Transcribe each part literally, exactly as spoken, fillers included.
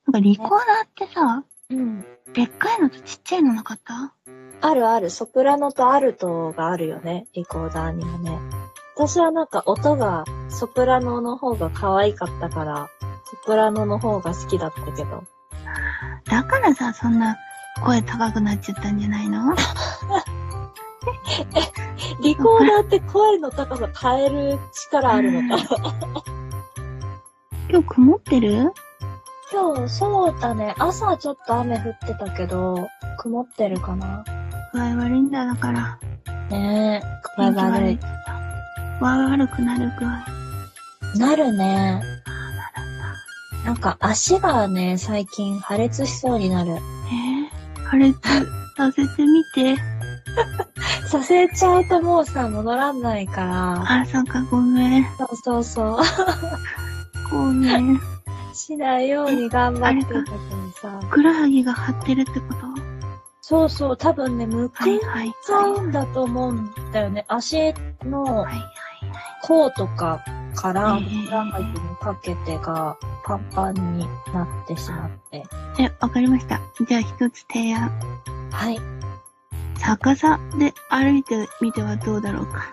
なんかリコーダーってさ、 うん。 でっかいのとちっちゃいのなかった？ あるある。ソプラノとアルトがあるよね。リコーダーにもね。私はなんか音がソプラノの方が可愛かったから、ソプラノの方が好きだったけど。 だからさ、そんな声高くなっちゃったんじゃないの？ リコーダーって声の高さ変える力あるのか。 今日曇ってる？ 今日、そうだね。朝ちょっと雨降ってたけど、曇ってるかな。 具合悪いんだ、だから。 ねえ、具合悪い。 具合悪くなる具合。 なるね。なんか足がね、最近破裂しそうになる。 えー、破裂させてみて。 させちゃうともうさ、戻らないから。 あ、そうか、ごめん。 そうそうそう。 ごめん。 しないように頑張ってたけどさ。 ふくらはぎが張ってるってこと？ そうそう、多分ね、むくんじゃうんだと思うんだよね。足の甲とかからふくらはぎにかけてがパンパンになってしまって。 え、わかりました。じゃあ一つ提案。 はい。 逆さで歩いてみてはどうだろうか。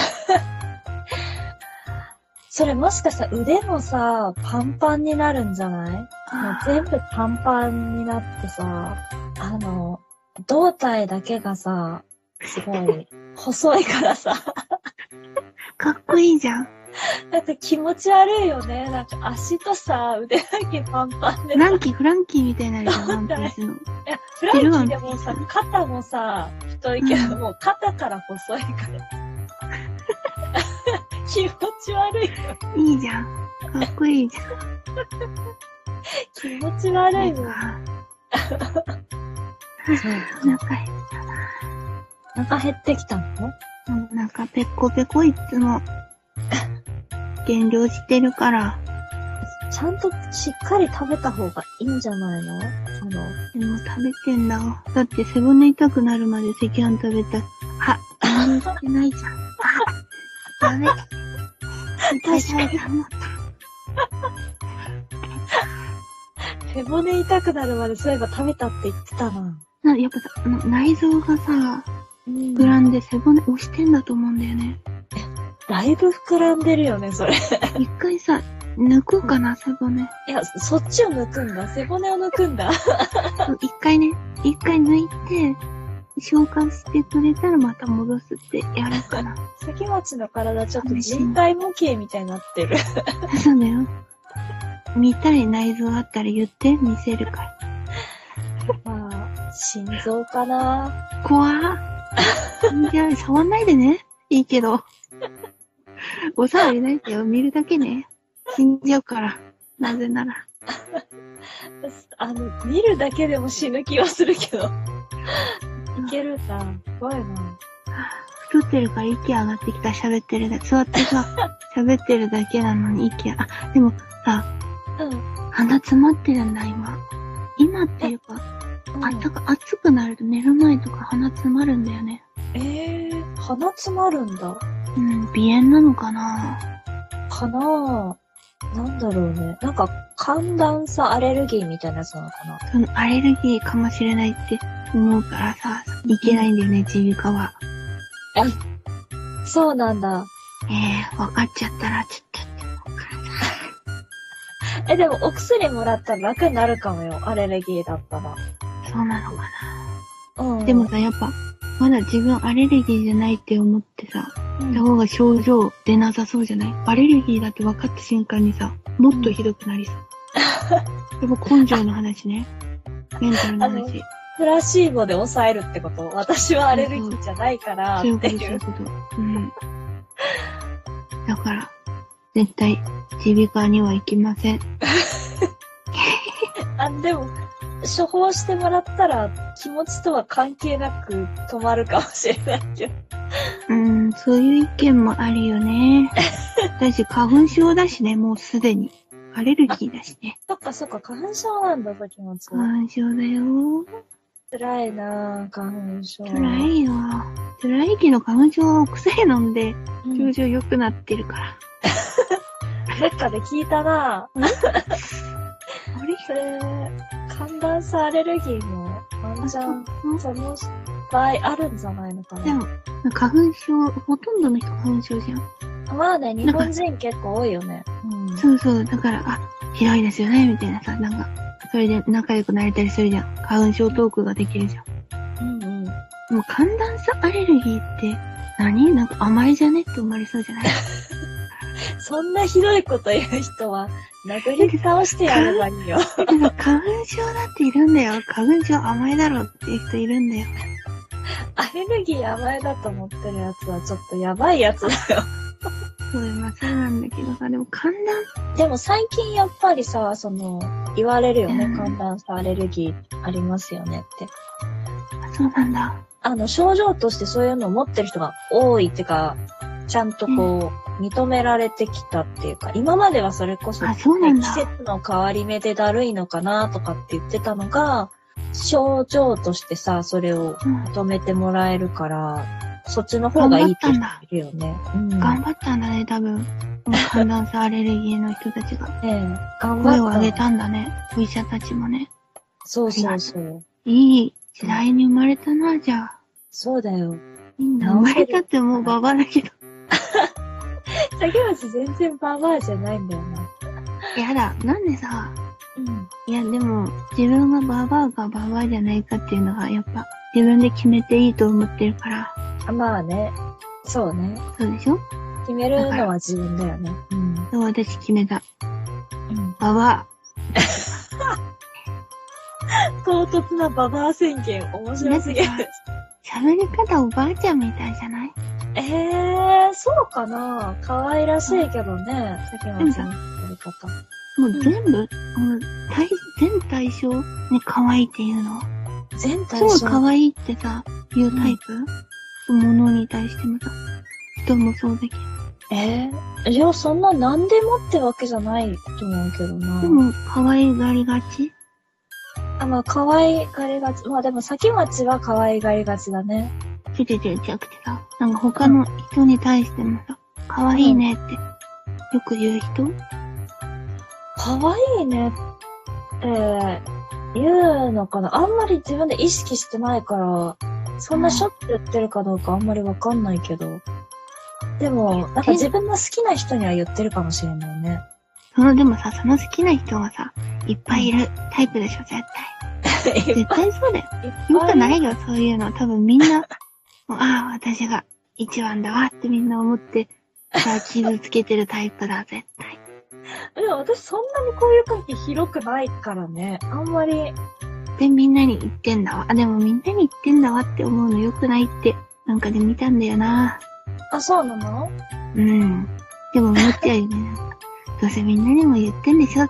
それもしかしたら腕もさ、パンパンになるんじゃない？もう全部パンパンになってさ、あの、胴体だけがさ、すごい細いからさ。 かっこいいじゃん。 なんか気持ち悪いよね。なんか足とさ、腕だけパンパンで。 フランキー、フランキーみたいになるじゃん、ワンピースの。 いや、フランキーでもさ、肩もさ、太いけど、うん、もう肩から細いから。気持ち悪いよ。 いいじゃん。かっこいいじゃん。 気持ち悪いもん。 お腹減ったな。 お腹減ってきたの？ うん、なんかペコペコいつも減量してるから。 ちゃんとしっかり食べた方がいいんじゃないの？あの。 でも食べてんだわ。だって背骨痛くなるまで赤飯食べた。あ、減量してないじゃん。あ、ダメ。 確かに。背骨痛くなるまでそういえば食べたって言ってたな。 なやっぱさ、あの内臓がさ、膨らんで背骨押してんだと思うんだよね。 え、だいぶ膨らんでるよね、それ。 一回さ、抜くかな、背骨。 いや、そっちを抜くんだ。背骨を抜くんだ。 一回ね、一回抜いて、消化してくれたらまた戻すってやるかな。 関町の体ちょっと人体模型みたいになってる。 そうだよ。見たい内臓あったら言って、見せるから。 まあ、心臓かな。 怖っ。じゃあ、触んないでね。いいけど。お触りないでよ。見るだけね。死んじゃうから。なぜなら。 あの、見るだけでも死ぬ気はするけど。いけるんだ。すごいな。 太ってるから息上がってきた。喋ってるだけ。座ってさ、喋ってるだけなのに息あ、でもさ、うん、鼻詰まってるんだ、今。今っていうか、うん、あったか、暑くなると寝る前とか鼻詰まるんだよね。 えー、鼻詰まるんだ。 うん、鼻炎なのかなかなぁ。なんだろうね。なんか、寒暖差アレルギーみたいなやつなのかな。 そのアレルギーかもしれないって思うからさ、いけないんだよね、耳鼻科は。 え、そうなんだ。 えー、分かっちゃったらちょっとって思うからさ。え、でもお薬もらったら楽になるかもよ、アレルギーだったら。 そうなのかな。うん。でもさ、やっぱ、まだ自分アレルギーじゃないって思ってさ、うん、た方が症状出なさそうじゃない？アレルギーだって分かった瞬間にさ、もっとひどくなりそう。うん、やっぱ根性の話ね。メンタルの話。 プラシーボで抑えるってこと？私はアレルギーじゃないからっていう。 そういうこと、そういうこと。うん。だから、絶対、耳鼻科には行きません。 あ、でも、処方してもらったら気持ちとは関係なく止まるかもしれないけど。 うーん、そういう意見もあるよね。私、花粉症だしね、もうすでに。アレルギーだしね。 そっかそっか、花粉症なんだ、さ、気持ち。 花粉症だよ。 辛いなぁ、花粉症。 辛いよ。辛いけど花粉症はお薬飲んで、症状良くなってるから。 どっかで聞いたなぁ。 あれそれ、寒暖差アレルギーも、ワンチャン、その場合あるんじゃないのかな。 でも、花粉症、ほとんどの人花粉症じゃん。 まあね、日本人結構多いよね。 うん、そうそう、だから、あ、ひどいですよね、みたいなさ、なんか、それで仲良くなれたりするじゃん。花粉症トークができるじゃん。うんうん。もう寒暖差アレルギーって何、なんか甘いじゃねって思われそうじゃないそんなひどいこと言う人は、殴り倒してやればいいよ。 花粉症だっているんだよ。花粉症甘いだろっていう人いるんだよ。 アレルギー甘いだと思ってるやつはちょっとやばいやつだよ。 そう、まあそうなんだけどさ、でも寒暖でも最近やっぱりさ、その、言われるよね、うん、寒暖差アレルギーありますよねって。 そうなんだ。 あの、症状としてそういうのを持ってる人が多いっていうか、ちゃんとこう、認められてきたっていうか、今まではそれこそ、 あ、そうなんだ。 季節の変わり目でだるいのかなとかって言ってたのが、症状としてさ、それを認めてもらえるから、うん、そっちの方がいいって人いるよね。 うん、頑張ったんだね、多分。寒暖差アレルギーの人たちが。 ええ、頑張った。 声を上げたんだね、お医者たちもね。 そうそうそう。 いい時代に生まれたな、じゃあ。 そうだよ。 みんな生まれたってもうババアだけど。 竹町全然ババアじゃないんだよな。 やだ、なんでさ、うん。いや、でも、自分がババアかババアじゃないかっていうのが、やっぱ、自分で決めていいと思ってるから。 あ、まあね。そうね。 そうでしょ？ 決めるのは自分だよね。 うん。そう、私決めた。うん。ババア。 唐突なババア宣言、面白すぎる。 喋り方おばあちゃんみたいじゃない？ ええー、そうかな。可愛らしいけどね。竹町の喋り方。 もう全部、うん、もう対全対象に可愛いっていうの。 全対象。 超可愛いってさ、いうタイプ、うん、ものに対してもさ、人もそうだけど。 えー、いや、そんな何でもってわけじゃないと思うけどな。 でも、可愛がりがち？ あ、まあ、可愛がりがち。まあでも、先町は可愛がりがちだね。 ちょちょちょちょくてさ、なんか他の人に対してもさ、可愛いねって、よく言う人？ 可愛いねって、言うのかな？あんまり自分で意識してないから、そんなしょって言ってるかどうかあんまりわかんないけど。でも、なんか自分の好きな人には言ってるかもしれないね。 その、でもさ、その好きな人がさ、いっぱいいるタイプでしょ、絶対。絶対そうだよ。よくないよ、そういうの。多分みんな、もうああ、私が一番だわってみんな思って、さあ、傷つけてるタイプだ、絶対。 でも私そんなにこういう関係広くないからね。あんまり。 で、みんなに言ってんだわ。あ、でもみんなに言ってんだわって思うの良くないって、なんかで見たんだよな。 あ、そうなの？ うん。でも思っちゃうよね。なんかどうせみんなにも言ってんでしょって。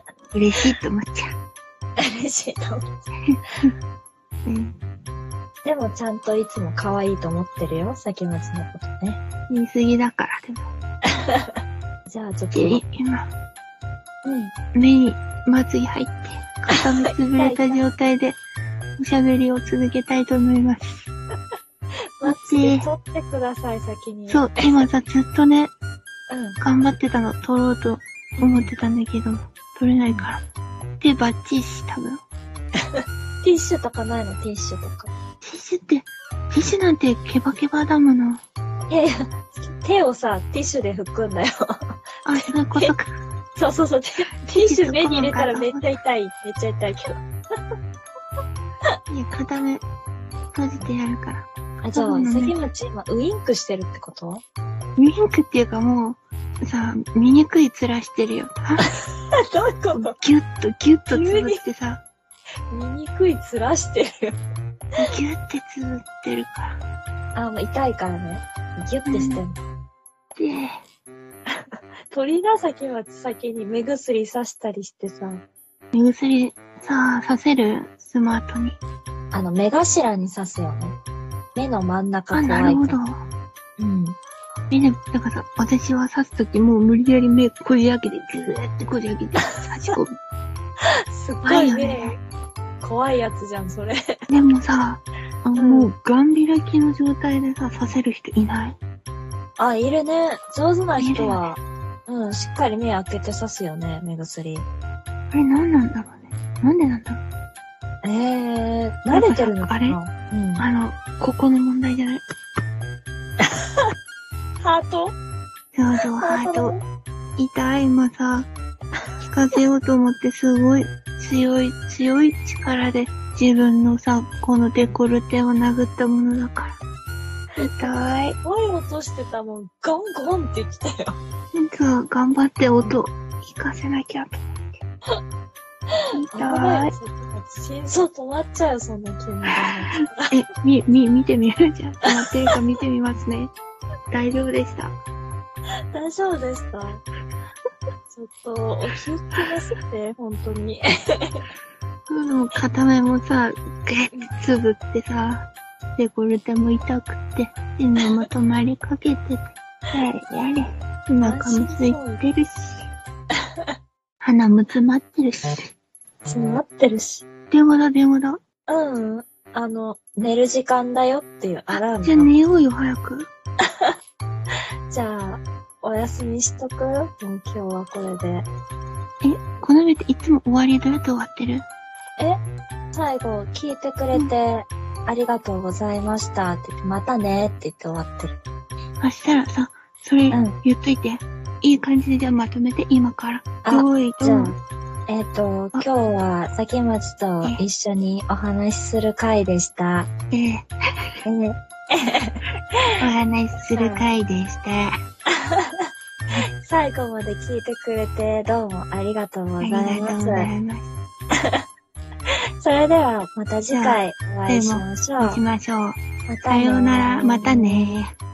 嬉しいと思っちゃう。 嬉しいと思っちゃう。うん。でもちゃんといつも可愛いと思ってるよ。先町のことね。 言い過ぎだから、でも。 じゃあちょっと。 今、うん。目に麻酔入って、肩の潰れた状態で、おしゃべりを続けたいと思います。 麻酔取ってください、先に。 そう、今さ、ずっとね、 うん、 頑張ってたの、取ろうと思ってたんだけど、取れないから。で、バッチリし、多分。 ティッシュとかないの？ティッシュとか。 ティッシュって、ティッシュなんてケバケバだもの。 いやいや、手をさ、ティッシュで拭くんだよ。 あ、そういうことか。 そうそうそう、ティッシュ目に入れたらめっちゃ痛い。めっちゃ痛いけど。 いや、片目、閉じてやるから。 あ、じゃあ、関町今、ウインクしてるってこと？ ウインクっていうかもう、さ、醜い面してるよ。 どういうこと？ ギュッと、ギュッとつぶってさ。 醜い面してるよ。 ギュッてつぶってるから。あ、もう痛いからね。ギュッてしてんの。うん、 で、 鳥が先町先に目薬さしたりしてさ。 目薬さ、させる？スマートに。 あの、目頭に刺すよね。目の真ん中怖いから。 あ、なるほど。 うん。 え、でも、だからさ、私は刺すときもう無理やり目こじ開けて、ギューってこじ開けて、刺し込む。 すごいね。怖いやつじゃん、それ。 でもさ、あの、もう、ガン開きの状態でさ、刺せる人いない？ あ、いるね。上手な人は、うん、しっかり目開けて刺すよね、目薬。 あれ何なんだろうね。なんでなんだろう。 えー、慣れてるのかな。 あれ、 うん、 あの、ここの問題じゃない。 ハートそうそう、ハート。痛い、今さ、聞かせようと思ってすごい強い、強い力で自分のさ、このデコルテを殴ったものだから。痛い。 声落としてたもん、ゴンゴンって言ってたよ。 さ、頑張って音聞かせなきゃと思って。痛い。 心臓止まっちゃうよ、そんな急に。 え、み、み、見てみるじゃん。止まってるか見てみますね。大丈夫でした。 大丈夫でした。ちょっと、お気をつけなすって、本当に。 もう片目もさ、グッてつぶってさ、デコルテも痛くて、目も止まりかけてて、やれやれ、お腹も空いてるし、鼻も詰まってるし。 詰まってるし。 電話だ、電話だ。 うん。あの、寝る時間だよっていうアラーム。 じゃあ寝ようよ、早く。 じゃあ、お休みしとく？もう今日はこれで。 え、この目っていつも終わりどうやって終わってる？ え、最後聞いてくれて、うん、ありがとうございましたって言って、またねって言って終わってる。 そしたらさ、それ言っといて。うん、いい感じでじゃあまとめて、今から。あ、用意じゃあ、えっと、今日はさきまちと一緒にお話しする回でした。 ええ。ええ。お話しする回でした。 最後まで聞いてくれてどうもありがとうございます。ありがとうございます。それではまた次回お会いしましょう。 しましょう。 またね。 さようなら、またね。